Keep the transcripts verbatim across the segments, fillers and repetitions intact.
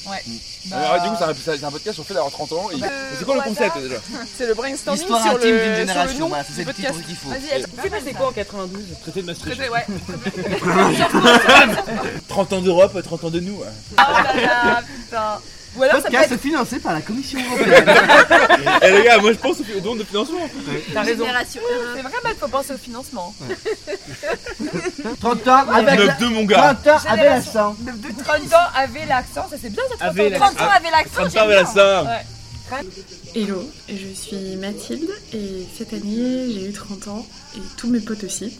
Ouais. Bah... Alors, du coup, c'est un, c'est un podcast sur le fait d'avoir trente ans. Et... Bah, euh, c'est quoi le concept déjà? C'est le brainstorming Histoire sur intime le, d'une génération. sur le nom voilà, c'est cette petite truc qu'il faut. Vas-y, tu passé quoi en quatre-vingt-douze? Traité de Maastricht. Traité, ouais. trente ans d'Europe, trente ans de nous. Ouais. Oh là là, putain. Ou alors podcast ça peut être... financé par la Commission européenne. Eh les gars, moi je pense au don de financement. T'as raison. C'est vrai, il faut penser au financement. Ouais. trente ans avec neuf deux mon gars. trente ans avec l'accent. trente ans avec l'accent, ça c'est bien ça. trente ans avec l'accent. trente ans avec l'accent. Hello, je suis Mathilde et cette année j'ai eu trente ans et tous mes potes aussi.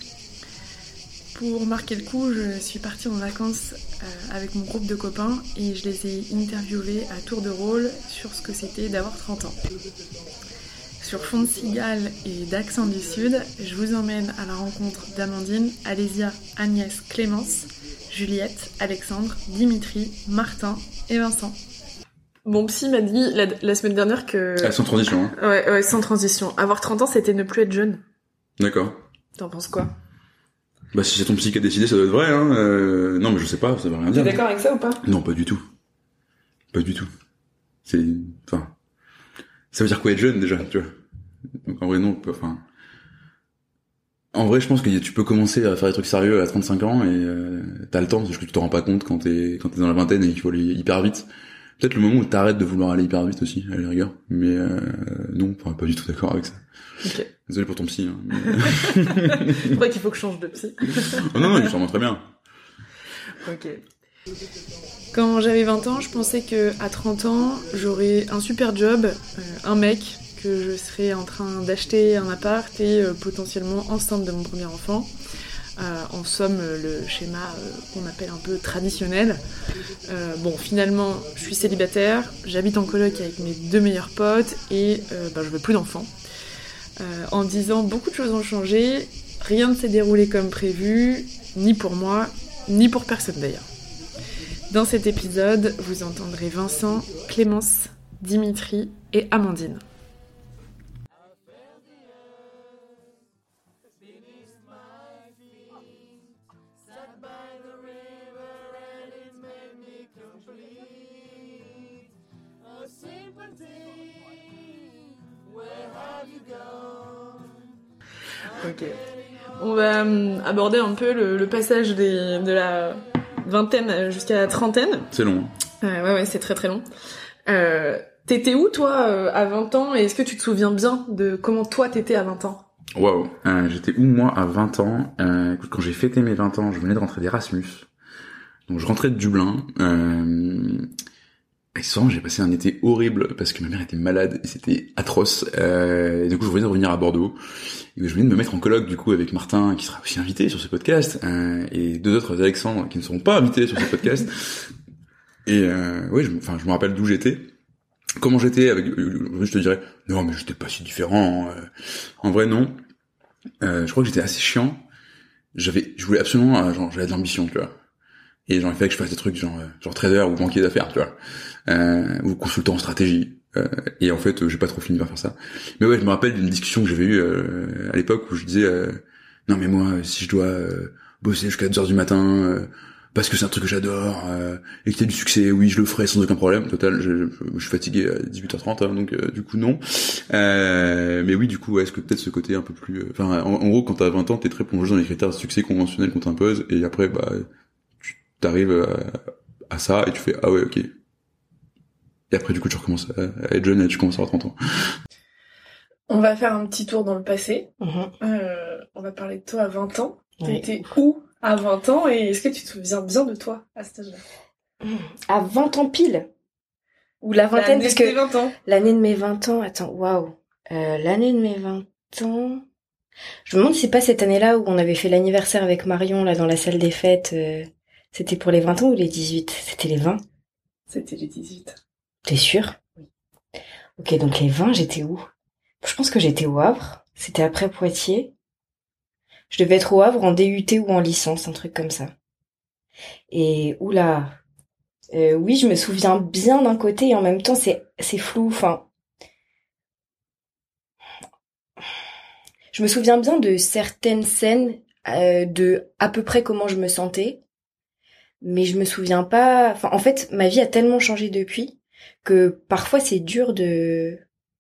Pour marquer le coup, je suis partie en vacances euh, avec mon groupe de copains et je les ai interviewés à tour de rôle sur ce que c'était d'avoir trente ans. Sur fond de cigale et d'accent du Sud, je vous emmène à la rencontre d'Amandine, Alésia, Agnès, Clémence, Juliette, Alexandre, Dimitri, Martin et Vincent. Mon psy m'a dit la, la semaine dernière que... Ah, sans transition. Hein. Ouais, ouais, sans transition. Avoir trente ans, c'était ne plus être jeune. D'accord. T'en penses quoi? Bah si c'est ton psy qui a décidé, ça doit être vrai, hein. Euh, non mais je sais pas, ça veut rien dire. T'es d'accord avec ça ou pas? Non, pas du tout. Pas du tout. C'est... Enfin... Ça veut dire quoi être jeune, déjà, tu vois. Donc en vrai, non, enfin... En vrai, je pense que tu peux commencer à faire des trucs sérieux à trente-cinq ans et euh, t'as le temps, parce que tu te rends pas compte quand t'es, quand t'es dans la vingtaine et qu'il faut aller hyper vite. Peut-être le moment où t'arrêtes de vouloir aller hyper vite aussi, à la rigueur. Mais euh, non, enfin, pas du tout d'accord avec ça. Ok. Désolé pour ton psy. Hein, mais... Je crois qu'il faut que je change de psy. oh non, non, il est sûrement très bien. Ok. Quand j'avais vingt ans, je pensais que à trente ans, j'aurais un super job, euh, un mec, que je serais en train d'acheter un appart et euh, potentiellement enceinte de mon premier enfant. Euh, en somme, le schéma euh, qu'on appelle un peu traditionnel. Euh, bon, finalement, je suis célibataire, j'habite en coloc avec mes deux meilleurs potes et euh, ben, je veux plus d'enfants. Euh, en dix ans, beaucoup de choses ont changé, rien ne s'est déroulé comme prévu, ni pour moi, ni pour personne d'ailleurs. Dans cet épisode, vous entendrez Vincent, Clémence, Dimitri et Amandine. Ok. On va euh, aborder un peu le, le passage des, de la vingtaine jusqu'à la trentaine. C'est long. Euh, ouais, ouais, c'est très très long. Euh, t'étais où, toi, euh, à vingt ans, et est-ce que tu te souviens bien de comment toi t'étais à vingt ans? Waouh. Euh, j'étais où, moi, à vingt ans? euh, Écoute, quand j'ai fêté mes vingt ans, je venais de rentrer d'Erasmus. Donc, je rentrais de Dublin. Euh... Et souvent, j'ai passé un été horrible parce que ma mère était malade et c'était atroce. Euh, et du coup, je venais de revenir à Bordeaux. Et je venais de me mettre en coloc, du coup, avec Martin, qui sera aussi invité sur ce podcast, euh, et deux autres Alexandre, qui ne seront pas invités sur ce podcast. Et euh, oui, je, enfin, je me rappelle d'où j'étais. Comment j'étais avec... Je te dirais, non, mais j'étais pas si différent. Euh, en vrai, non. Euh, je crois que j'étais assez chiant. J'avais, je voulais absolument, euh, genre, j'avais de l'ambition, tu vois. Et genre, il fallait que je fasse des trucs genre, genre trader ou banquier d'affaires, tu vois. Euh, ou consultant en stratégie. Euh, et en fait, euh, j'ai pas trop fini par faire ça. Mais ouais, je me rappelle d'une discussion que j'avais eue euh, à l'époque où je disais euh, non mais moi, si je dois euh, bosser jusqu'à deux heures du matin euh, parce que c'est un truc que j'adore euh, et que t'as du succès, oui, je le ferai sans aucun problème. Total, je, je, je suis fatigué à dix-huit heures trente, hein, donc euh, du coup non. Euh, mais oui, du coup, ouais, est-ce que peut-être ce côté un peu plus... Enfin, euh, en, en gros, quand t'as vingt ans, t'es très plongé dans les critères de succès conventionnels qu'on t'impose et après, bah, tu t'arrives à, à ça et tu fais ah ouais, ok. Et après, du coup, tu recommences à, à être jeune et tu commences à avoir trente ans. On va faire un petit tour dans le passé. Mmh. Euh, on va parler de toi à vingt ans. Oui. T'étais où à vingt ans et est-ce que tu te souviens bien de toi à cet âge-là? Mmh. À vingt ans pile? Ou la vingtaine? L'année parce de que tes vingt ans. L'année de mes vingt ans, attends, waouh. Euh, l'année de mes vingt ans... Je me demande si c'est pas cette année-là où on avait fait l'anniversaire avec Marion, là, dans la salle des fêtes. Euh... C'était pour les vingt ans ou les dix-huit? C'était les vingt? C'était les dix-huit. T'es sûr? Oui. Ok, donc les vingt, j'étais où? Je pense que j'étais au Havre. C'était après Poitiers. Je devais être au Havre en D U T ou en licence, un truc comme ça. Et oula, euh, oui, je me souviens bien d'un côté et en même temps c'est c'est flou. Enfin, je me souviens bien de certaines scènes, euh, de à peu près comment je me sentais. mais je me souviens pas. Enfin, en fait, ma vie a tellement changé depuis que parfois c'est dur de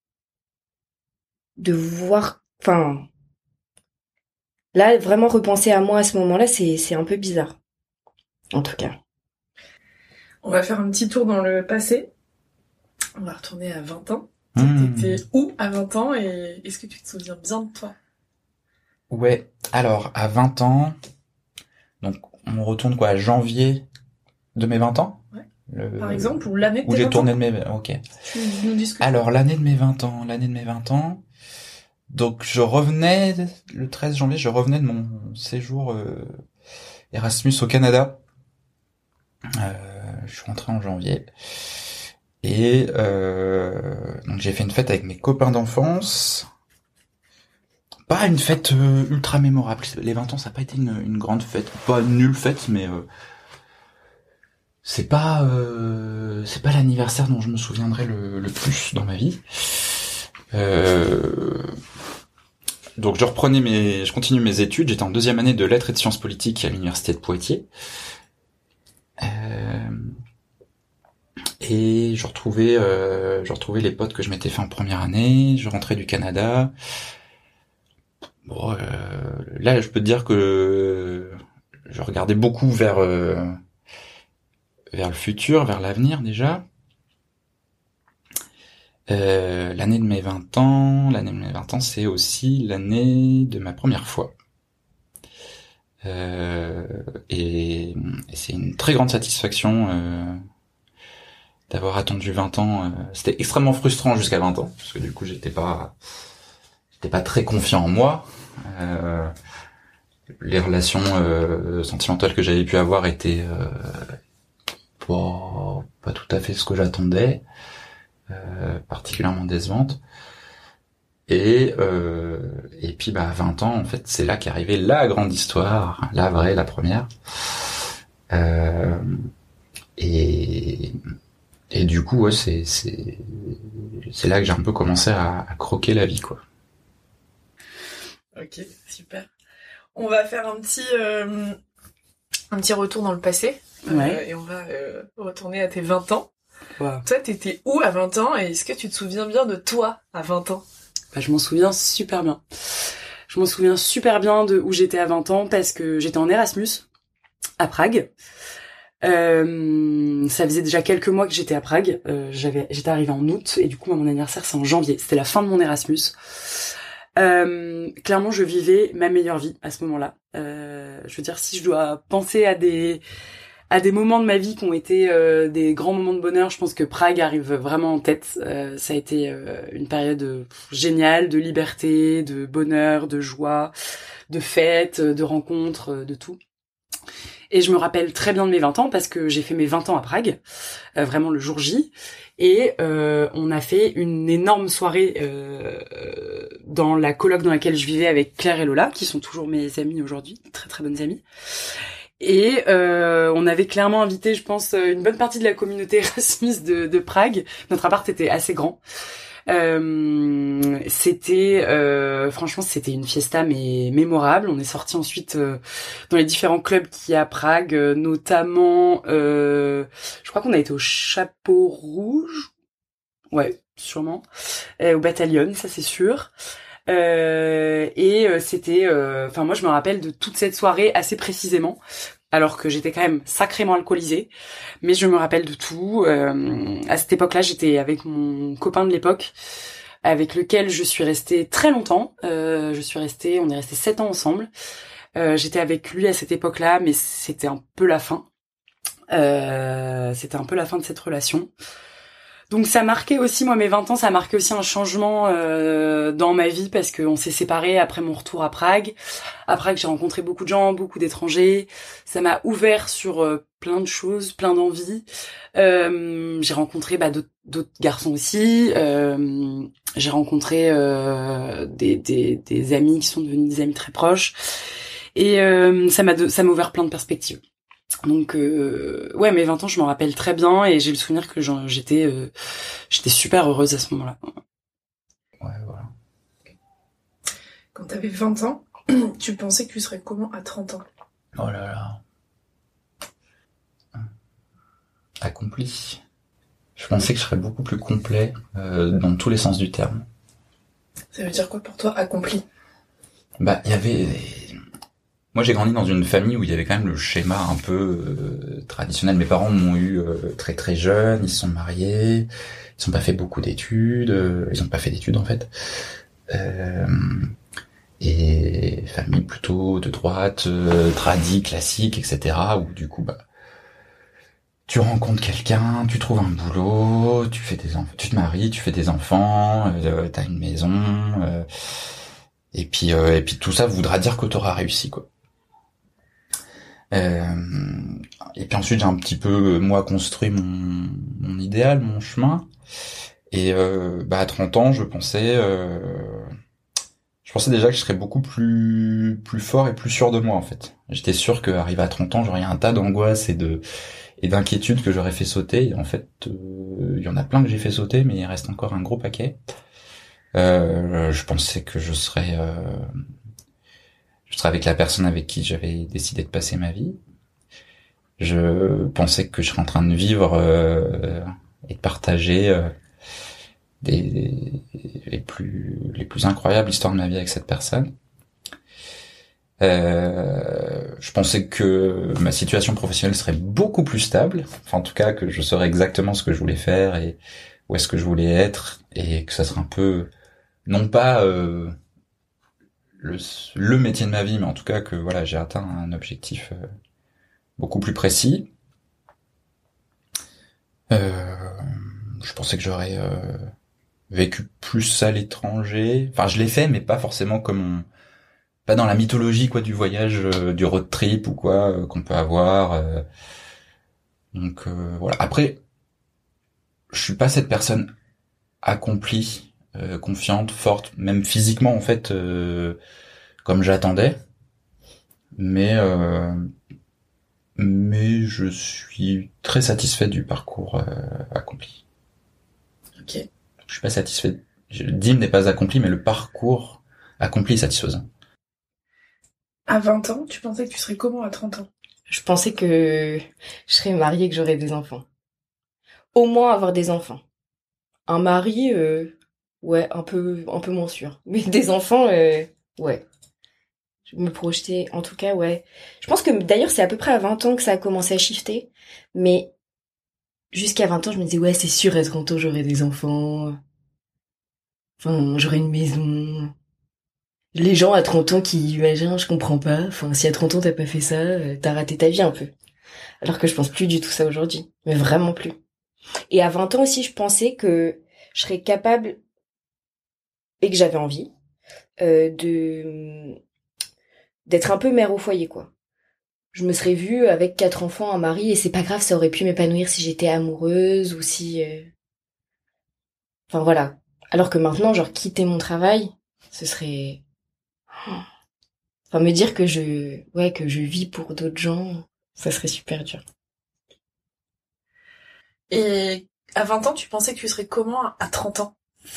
de voir. Enfin, là, vraiment repenser à moi à ce moment-là, c'est c'est un peu bizarre. En tout cas. On va faire un petit tour dans le passé. On va retourner à vingt ans. Mmh. T'étais où à vingt ans et est-ce que tu te souviens bien de toi? Ouais, alors, à vingt ans, donc on retourne quoi, à janvier de mes vingt ans? Ouais. Le... Par exemple, ou l'année de Où tes j'ai vingt tourné ans. de mes... Ok. Tu nous dis ce que Alors, l'année de mes vingt ans, l'année de mes vingt ans, donc je revenais, le treize janvier, je revenais de mon séjour euh, Erasmus au Canada. Euh, je suis rentré en janvier. Et euh, donc j'ai fait une fête avec mes copains d'enfance. Pas une fête euh, ultra mémorable. Les vingt ans, ça n'a pas été une, une grande fête. Pas une nulle fête, mais euh, c'est pas euh, c'est pas l'anniversaire dont je me souviendrai le, le plus dans ma vie. Euh, donc je reprenais mes, je continue mes études. J'étais en deuxième année de lettres et de sciences politiques à l'université de Poitiers. Euh, et je retrouvais, euh, je retrouvais les potes que je m'étais fait en première année. Je rentrais du Canada. Bon, euh, là, je peux te dire que je regardais beaucoup vers euh, vers le futur, vers l'avenir déjà. Euh, l'année de mes vingt ans, l'année de mes vingt ans, c'est aussi l'année de ma première fois. Euh, et, et c'est une très grande satisfaction euh, d'avoir attendu vingt ans. Euh, c'était extrêmement frustrant jusqu'à vingt ans, parce que du coup, j'étais pas, j'étais pas très confiant en moi. Euh, les relations euh, sentimentales que j'avais pu avoir étaient euh, pas, pas tout à fait ce que j'attendais, euh, particulièrement décevantes. Et euh, et puis bah à vingt ans en fait c'est là qu'est arrivée la grande histoire, la vraie, la première. Euh, et et du coup ouais c'est c'est c'est là que j'ai un peu commencé à, à croquer la vie quoi. Ok, super. On va faire un petit euh, un petit retour dans le passé. Ouais. Euh, et on va euh, retourner à tes vingt ans. Wow. Toi, t'étais où à vingt ans et est-ce que tu te souviens bien de toi à vingt ans? Bah, je m'en souviens super bien. Je m'en souviens super bien de où j'étais à vingt ans parce que j'étais en Erasmus à Prague. Euh, ça faisait déjà quelques mois que j'étais à Prague. Euh, j'avais, j'étais arrivée en août et du coup, mon anniversaire, c'est en janvier. C'était la fin de mon Erasmus. Euh, clairement, je vivais ma meilleure vie à ce moment-là. Euh, je veux dire, si je dois penser à des à des moments de ma vie qui ont été euh, des grands moments de bonheur, je pense que Prague arrive vraiment en tête. Euh, ça a été euh, une période euh, géniale, de liberté, de bonheur, de joie, de fêtes, de rencontres, de tout. Et je me rappelle très bien de mes vingt ans parce que j'ai fait mes vingt ans à Prague, euh, vraiment le jour J. Et euh, on a fait une énorme soirée euh, dans la coloc dans laquelle je vivais avec Claire et Lola, qui sont toujours mes amies aujourd'hui, très très bonnes amies. Et euh, on avait clairement invité, je pense, une bonne partie de la communauté Erasmus de, de Prague. Notre appart était assez grand. Euh, c'était, euh, franchement, c'était une fiesta mais mémorable. On est sorti ensuite euh, dans les différents clubs qu'il y a à Prague, euh, notamment, euh, je crois qu'on a été au Chapeau Rouge. Ouais, sûrement. Et au Bataillon, ça c'est sûr. Euh, et euh, c'était, enfin euh, moi je me rappelle de toute cette soirée assez précisément, alors que j'étais quand même sacrément alcoolisée, mais je me rappelle de tout. Euh, à cette époque-là, j'étais avec mon copain de l'époque, avec lequel je suis restée très longtemps. Euh, je suis restée, on est resté sept ans ensemble. Euh, j'étais avec lui à cette époque-là, mais c'était un peu la fin. Euh, c'était un peu la fin de cette relation. Donc ça marquait aussi, moi mes vingt ans, ça a marqué aussi un changement euh, dans ma vie parce qu'on s'est séparés après mon retour à Prague. À Prague, j'ai rencontré beaucoup de gens, beaucoup d'étrangers. Ça m'a ouvert sur euh, plein de choses, plein d'envies. Euh, j'ai rencontré bah, d'autres, d'autres garçons aussi. Euh, j'ai rencontré euh, des, des, des amis qui sont devenus des amis très proches. Et euh, ça m'a, ça m'a ouvert plein de perspectives. Donc euh, ouais, mes vingt ans, je m'en rappelle très bien et j'ai le souvenir que genre, j'étais euh, j'étais super heureuse à ce moment-là. Ouais, voilà. Quand t'avais vingt ans, tu pensais que tu serais comment à trente ans? Oh là là. Accompli. Je pensais que je serais beaucoup plus complet euh, dans tous les sens du terme. Ça veut dire quoi pour toi, accompli? Bah, il y avait... Moi, j'ai grandi dans une famille où il y avait quand même le schéma un peu euh, traditionnel. Mes parents m'ont eu euh, très très jeune, ils se sont mariés, ils n'ont pas fait beaucoup d'études, euh, ils n'ont pas fait d'études en fait. Euh, et famille plutôt de droite, euh, tradie, classique, et cetera. Où du coup, bah, tu rencontres quelqu'un, tu trouves un boulot, tu fais des enfants, tu te maries, tu fais des enfants, euh, t'as une maison, euh, et puis euh, et puis tout ça voudra dire que t'auras réussi quoi. Euh, et puis ensuite j'ai un petit peu moi construit mon mon idéal, mon chemin, et euh, bah à trente ans je pensais euh, je pensais déjà que je serais beaucoup plus plus fort et plus sûr de moi en fait. J'étais sûr qu'arrivé à trente ans j'aurais un tas d'angoisses et de et d'inquiétudes que j'aurais fait sauter. Et en fait, il euh, y en a plein que j'ai fait sauter, mais il reste encore un gros paquet. Euh, je pensais que je serais, euh, je serais avec la personne avec qui j'avais décidé de passer ma vie. Je pensais que je serais en train de vivre euh, et de partager euh, des, des les plus les plus incroyables histoires de ma vie avec cette personne. Euh, je pensais que ma situation professionnelle serait beaucoup plus stable, enfin en tout cas que je saurais exactement ce que je voulais faire et où est-ce que je voulais être, et que ça serait un peu non pas euh, le, le métier de ma vie, mais en tout cas que voilà j'ai atteint un objectif euh, beaucoup plus précis. Euh, je pensais que j'aurais euh, vécu plus à l'étranger, enfin je l'ai fait mais pas forcément comme on pas dans la mythologie quoi du voyage, euh, du road trip ou quoi euh, qu'on peut avoir. Euh. Donc euh, voilà. Après, je suis pas cette personne accomplie, euh, confiante, forte, même physiquement en fait, euh, comme j'attendais. Mais euh, mais je suis très satisfait du parcours euh, accompli. Ok. Je suis pas satisfait. Le dîme n'est pas accompli, mais le parcours accompli est satisfaisant. À vingt ans, tu pensais que tu serais comment à trente ans? Je pensais que je serais mariée et que j'aurais des enfants. Au moins avoir des enfants. Un mari, euh, ouais, un peu, un peu moins sûr. Mais des enfants, euh, ouais. Je me projetais, en tout cas, ouais. Je pense que d'ailleurs c'est à peu près à vingt ans que ça a commencé à shifter. Mais jusqu'à vingt ans, je me disais, ouais, c'est sûr, à trente ans, j'aurai des enfants. Enfin, j'aurai une maison. Les gens à trente ans qui imaginent, je comprends pas. Enfin, si à trente ans t'as pas fait ça, euh, t'as raté ta vie un peu. Alors que je pense plus du tout ça aujourd'hui. Mais vraiment plus. Et à vingt ans aussi, je pensais que je serais capable, et que j'avais envie, euh, de d'être un peu mère au foyer, quoi. Je me serais vue avec quatre enfants, un mari, et c'est pas grave, ça aurait pu m'épanouir si j'étais amoureuse ou si... Euh... Enfin voilà. Alors que maintenant, genre, quitter mon travail, ce serait... Enfin, me dire que je, ouais, que je vis pour d'autres gens, ça serait super dur. Et à vingt ans, tu pensais que tu serais comment à trente ans?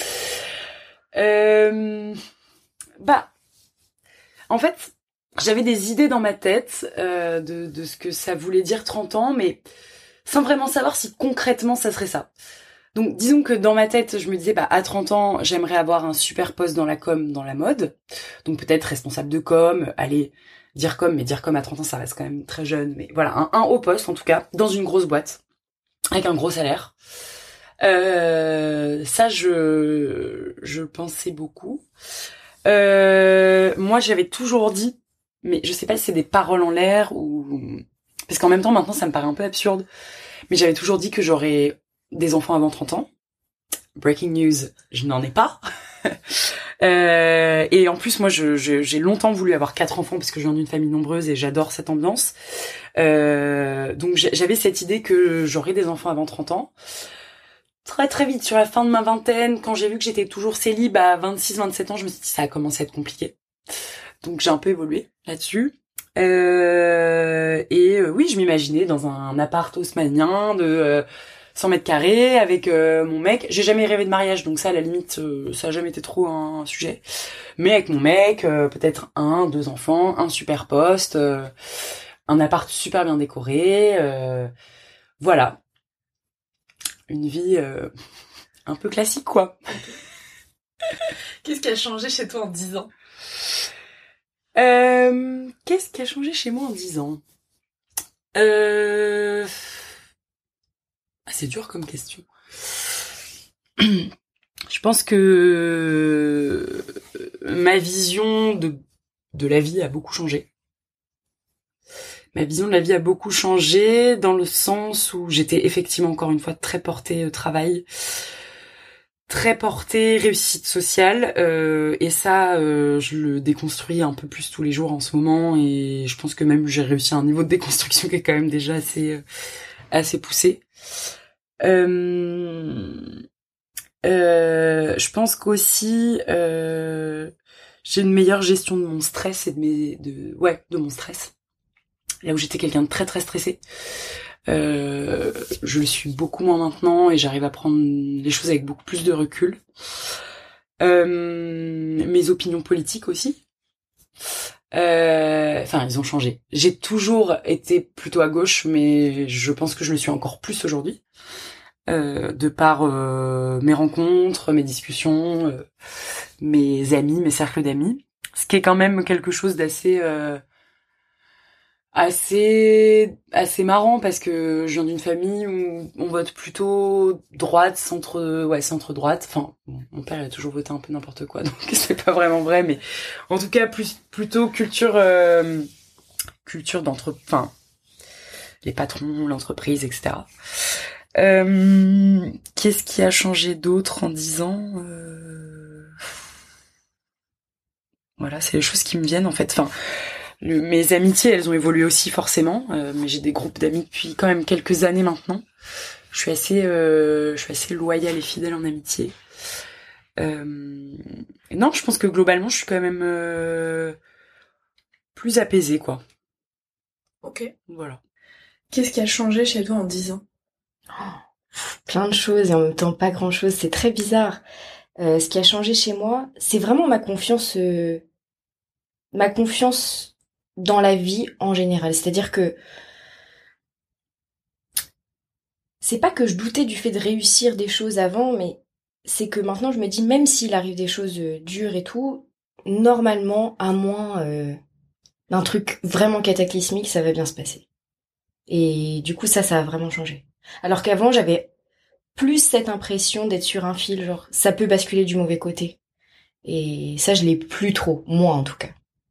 Euh... Bah, en fait, j'avais des idées dans ma tête euh, de, de ce que ça voulait dire trente ans, mais sans vraiment savoir si concrètement ça serait ça. Donc disons que dans ma tête, je me disais, bah à trente ans, j'aimerais avoir un super poste dans la com, dans la mode. Donc peut-être responsable de com, aller dire com, mais dire com à trente ans, ça reste quand même très jeune. Mais voilà, un, un haut poste en tout cas, dans une grosse boîte, avec un gros salaire. Euh, ça, je, je pensais beaucoup. Euh, moi, j'avais toujours dit, mais je sais pas si c'est des paroles en l'air ou... Parce qu'en même temps, maintenant, ça me paraît un peu absurde. Mais j'avais toujours dit que j'aurais des enfants avant trente ans. Breaking news, je n'en ai pas. euh, et en plus, moi, je, je, j'ai longtemps voulu avoir quatre enfants parce que je viens d'une famille nombreuse et j'adore cette ambiance. Euh, donc, j'avais cette idée que j'aurais des enfants avant trente ans. Très très vite, sur la fin de ma vingtaine, quand j'ai vu que j'étais toujours célib à vingt-six vingt-sept ans, je me suis dit ça a commencé à être compliqué. Donc j'ai un peu évolué là-dessus. Euh, et euh, oui, je m'imaginais dans un appart haussmannien de euh, cent mètres carrés avec euh, mon mec. J'ai jamais rêvé de mariage, donc ça à la limite, euh, ça a jamais été trop un sujet. Mais avec mon mec, euh, peut-être un, deux enfants, un super poste, euh, un appart super bien décoré. Euh, voilà. une vie euh, un peu classique, quoi. Qu'est-ce qui a changé chez toi en dix ans? euh, Qu'est-ce qui a changé chez moi en dix ans? euh... ah, c'est dur comme question. Je pense que ma vision de, de la vie a beaucoup changé. Ma vision de la vie a beaucoup changé dans le sens où j'étais effectivement encore une fois très portée au travail, très portée réussite sociale, euh, et ça, euh, je le déconstruis un peu plus tous les jours en ce moment, et je pense que même j'ai réussi à un niveau de déconstruction qui est quand même déjà assez, assez poussé. Euh, euh, je pense qu'aussi euh, j'ai une meilleure gestion de mon stress et de mes, de, ouais, de mon stress. Là où j'étais quelqu'un de très très stressé, euh, je le suis beaucoup moins maintenant et j'arrive à prendre les choses avec beaucoup plus de recul. Euh, mes opinions politiques aussi, euh, enfin ils ont changé. J'ai toujours été plutôt à gauche, mais je pense que je le suis encore plus aujourd'hui, euh, de par euh, mes rencontres, mes discussions, euh, mes amis, mes cercles d'amis, ce qui est quand même quelque chose d'assez euh, assez assez marrant parce que je viens d'une famille où on vote plutôt droite, centre ouais centre droite. Enfin, bon, mon père a toujours voté un peu n'importe quoi, donc c'est pas vraiment vrai, mais en tout cas plus plutôt culture euh, culture d'entre, enfin les patrons, l'entreprise, et cetera. Euh, qu'est-ce qui a changé d'autre en dix ans? euh... Voilà, c'est les choses qui me viennent en fait. Enfin. Le, mes amitiés, elles ont évolué aussi forcément, euh, mais j'ai des groupes d'amis depuis quand même quelques années maintenant. Je suis assez, euh, je suis assez loyale et fidèle en amitié. Euh, et non, je pense que globalement, je suis quand même euh, plus apaisée, quoi. Ok. Voilà. Qu'est-ce qui a changé chez toi en dix ans? Oh, plein de choses et en même temps pas grand-chose. C'est très bizarre. Euh, ce qui a changé chez moi, c'est vraiment ma confiance, euh, ma confiance dans la vie en général. C'est-à-dire que c'est pas que je doutais du fait de réussir des choses avant, mais c'est que maintenant je me dis, même s'il arrive des choses dures et tout, normalement, à moins euh, d'un truc vraiment cataclysmique, ça va bien se passer. Et du coup, ça, ça a vraiment changé. Alors qu'avant, j'avais plus cette impression d'être sur un fil, genre, ça peut basculer du mauvais côté. Et ça, je l'ai plus trop, moi en tout cas.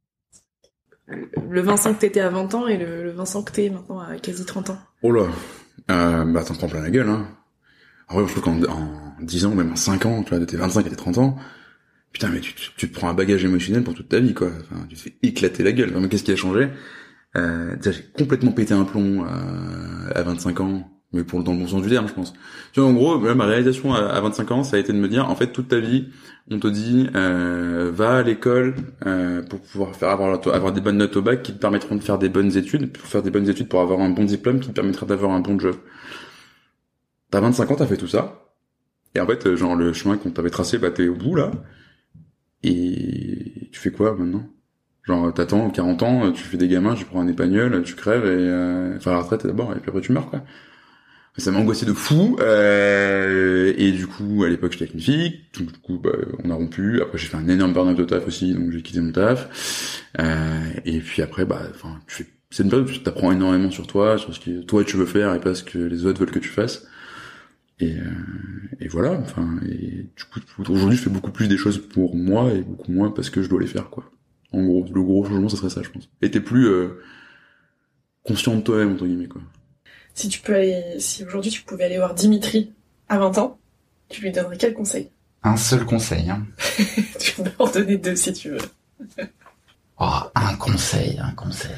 Le Vincent que t'étais à vingt ans et le, le Vincent que t'es maintenant à quasi trente ans. Oh là, euh, bah t'en prends plein la gueule, hein. En vrai, je trouve qu'en en dix ans, même en cinq ans, tu vois, de tes vingt-cinq à tes trente ans, putain, mais tu, tu, tu te prends un bagage émotionnel pour toute ta vie, quoi. Enfin, tu te fais éclater la gueule. Enfin, mais qu'est-ce qui a changé? Euh, déjà, j'ai complètement pété un plomb euh, à vingt-cinq ans, mais pour dans le bon sens du terme, je pense. Tu vois, en gros, ma réalisation à, à vingt-cinq ans, ça a été de me dire, en fait, toute ta vie, on te dit, euh, va à l'école euh, pour pouvoir faire avoir, avoir des bonnes notes au bac qui te permettront de faire des bonnes études, pour faire des bonnes études pour avoir un bon diplôme qui te permettra d'avoir un bon job. T'as vingt-cinq ans, t'as fait tout ça, et en fait, genre le chemin qu'on t'avait tracé, bah t'es au bout là, et tu fais quoi maintenant? Genre t'attends quarante ans, tu fais des gamins, tu prends un épagnol, tu crèves et euh, enfin la retraite d'abord, et puis après tu meurs, quoi. Ça m'a angoissé de fou, euh, et du coup, à l'époque, j'étais avec une fille, donc du coup, bah, on a rompu. Après, j'ai fait un énorme burn-out de taf aussi, donc j'ai quitté mon taf. Euh, et puis après, bah, enfin, tu fais, c'est une période où tu t'apprends énormément sur toi, sur ce que toi tu veux faire et pas ce que les autres veulent que tu fasses. Et, euh, et voilà, enfin, et du coup, aujourd'hui, je fais beaucoup plus des choses pour moi et beaucoup moins parce que je dois les faire, quoi. En gros, le gros changement, ça serait ça, je pense. Et t'es plus euh, conscient de toi-même, entre guillemets, quoi. Si tu peux aller, si aujourd'hui tu pouvais aller voir Dimitri à vingt ans, tu lui donnerais quel conseil? Un seul conseil, hein. Tu peux en donner deux si tu veux. Oh, un conseil, un conseil.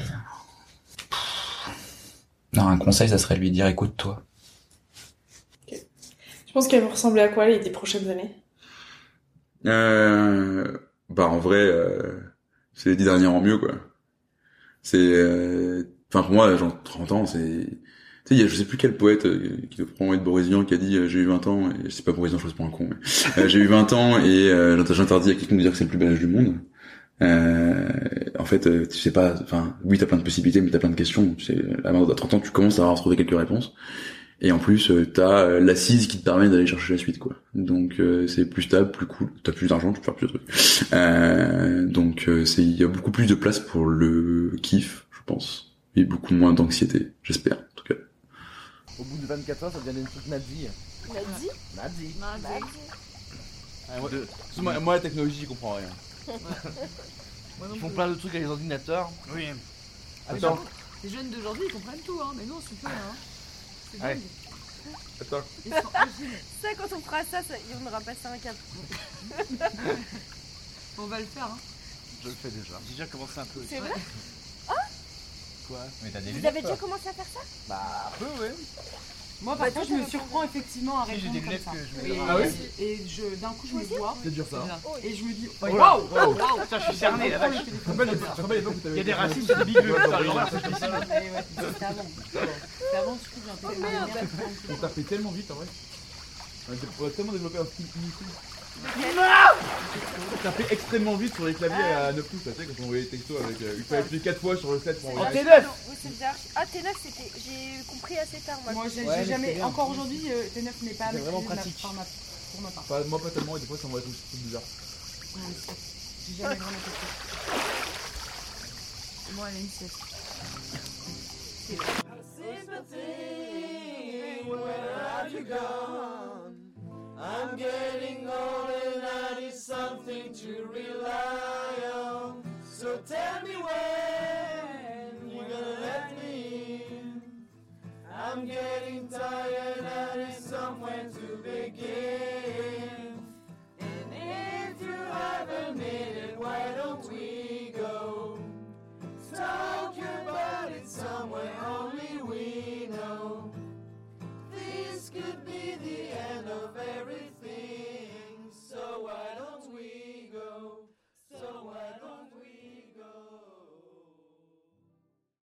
Non, un conseil, ça serait de lui dire écoute-toi. Okay. Je pense qu'elle va ressembler à quoi les dix prochaines années? Euh, bah en vrai, euh, c'est les dix dernières en mieux, quoi. C'est, euh, enfin pour moi, genre trente ans, c'est... Tu sais, il y a je sais plus quel poète euh, qui doit probablement être Borésilien qui a dit euh, j'ai eu vingt ans, et c'est pas Borésilien, je passe pour un con, mais euh, j'ai eu vingt ans et euh, j'interdis à quiconque de dire que c'est le plus bel âge du monde. Euh, en fait, euh, tu sais pas, enfin, oui, t'as plein de possibilités, mais t'as plein de questions. Tu sais, à trente ans, tu commences à avoir trouvé quelques réponses. Et en plus, euh, t'as euh, l'assise qui te permet d'aller chercher la suite, quoi. Donc euh, c'est plus stable, plus cool. T'as plus d'argent, tu peux faire plus de trucs. Euh, donc euh, c'est, il y a beaucoup plus de place pour le kiff, je pense, et beaucoup moins d'anxiété, j'espère, en tout cas. Au bout de vingt-quatre heures, ça devient des trucs nazi. Nazi Nazi. Nazi. Ah, moi, de... moi, moi, la technologie, j'y comprends rien. Ils font plein de trucs avec les ordinateurs. Oui. Attends. Les jeunes d'aujourd'hui, ils comprennent tout, hein, mais nous, on se fait, hein. C'est Ouais. dingue. Attends. Ils sont agiles. Ça, quand on fera ça, ça on aura passé un cap. On va le faire, hein. Je le fais déjà. J'ai déjà commencé un peu. C'est vrai? Quoi? Mais t'as des Vous avez déjà commencé à faire ça? Bah, un peu, ouais. Moi, parfois, je me surprends effectivement à répondre comme ça. je Ah oui? Et je, d'un coup, je me vois C'est dur ça. et je me dis, Waouh! waouh, Waouh! Putain, je suis cerné, la vache. Tu te rappelles l'époque où t'avais. Il y a des racistes, c'est des bigleux. C'était avant. C'était avant, je trouve, j'ai un peu. On tapait tellement vite en vrai. On a dé- on a tellement développé un style inutile. On tapait extrêmement vite sur les claviers à neuf pouces, tu sais, quand on voyait les textos avec. euh, Il fallait appuyer quatre fois sur le sept pour envoyer. T neuf! Oui, c'est bizarre. Ah, T neuf, c'était. J'ai compris assez tard, moi. Moi, j'ai Ouais, mais j'ai jamais, c'est bien. encore aujourd'hui, euh, T neuf n'est pas C'est vraiment maîtrisé pratique. par ma- pour ma part. Enfin, moi pas tellement, et des fois ça m'envoie des trucs bizarres. J'ai jamais vraiment compris. Et moi, elle a une sieste. I'm getting old and I need something to rely on. So tell me when you're gonna let me in. I'm getting tired.